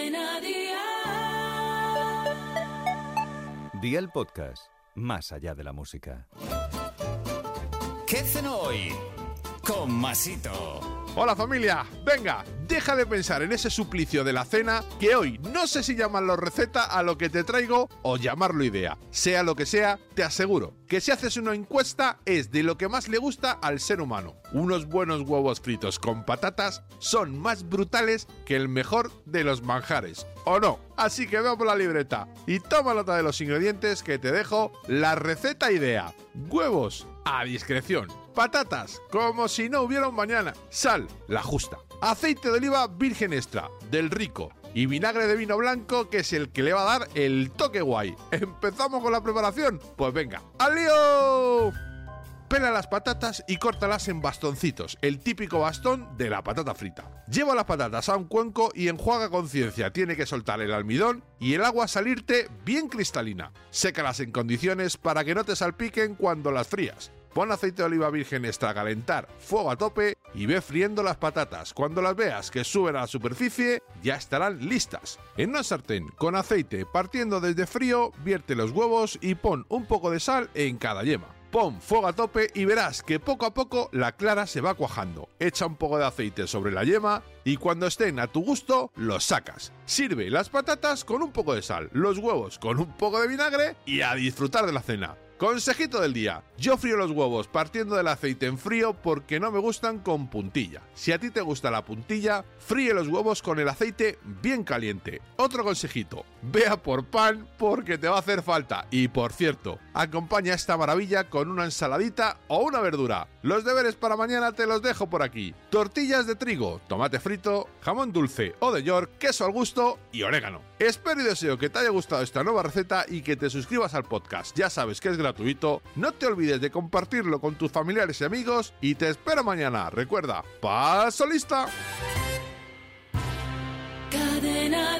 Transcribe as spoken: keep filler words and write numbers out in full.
Cadena Dial. Dial Podcast, más allá de la música. ¿Qué cenó hoy? Con Masito. Hola familia, venga, deja de pensar en ese suplicio de la cena, que hoy no sé si llamarlo receta a lo que te traigo o llamarlo idea. Sea lo que sea, te aseguro que si haces una encuesta es de lo que más le gusta al ser humano. Unos buenos huevos fritos con patatas son más brutales que el mejor de los manjares, ¿o no? Así que veo por la libreta y toma nota de los ingredientes que te dejo la receta idea. Huevos a discreción. Patatas, como si no hubiera un mañana. Sal, la justa. Aceite de oliva virgen extra, del rico. Y vinagre de vino blanco, que es el que le va a dar el toque guay. ¿Empezamos con la preparación? Pues venga, ¡al lío! Pela las patatas y córtalas en bastoncitos, el típico bastón de la patata frita. Lleva las patatas a un cuenco y enjuaga con ciencia, tiene que soltar el almidón y el agua salirte bien cristalina. Sécalas en condiciones para que no te salpiquen cuando las frías. Pon aceite de oliva virgen extra a calentar, fuego a tope y ve friendo las patatas. Cuando las veas que suben a la superficie, ya estarán listas. En una sartén con aceite partiendo desde frío, vierte los huevos y pon un poco de sal en cada yema. Pon fuego a tope y verás que poco a poco la clara se va cuajando. Echa un poco de aceite sobre la yema y cuando estén a tu gusto, los sacas. Sirve las patatas con un poco de sal, los huevos con un poco de vinagre y a disfrutar de la cena. Consejito del día, yo frío los huevos partiendo del aceite en frío porque no me gustan con puntilla. Si a ti te gusta la puntilla, fríe los huevos con el aceite bien caliente. Otro consejito, ve a por pan porque te va a hacer falta. Y por cierto, acompaña esta maravilla con una ensaladita o una verdura. Los deberes para mañana te los dejo por aquí. Tortillas de trigo, tomate frito, jamón dulce o de York, queso al gusto y orégano. Espero y deseo que te haya gustado esta nueva receta y que te suscribas al podcast. Ya sabes que es gratuito, no te olvides de compartirlo con tus familiares y amigos y te espero mañana. Recuerda, paso lista. Cadena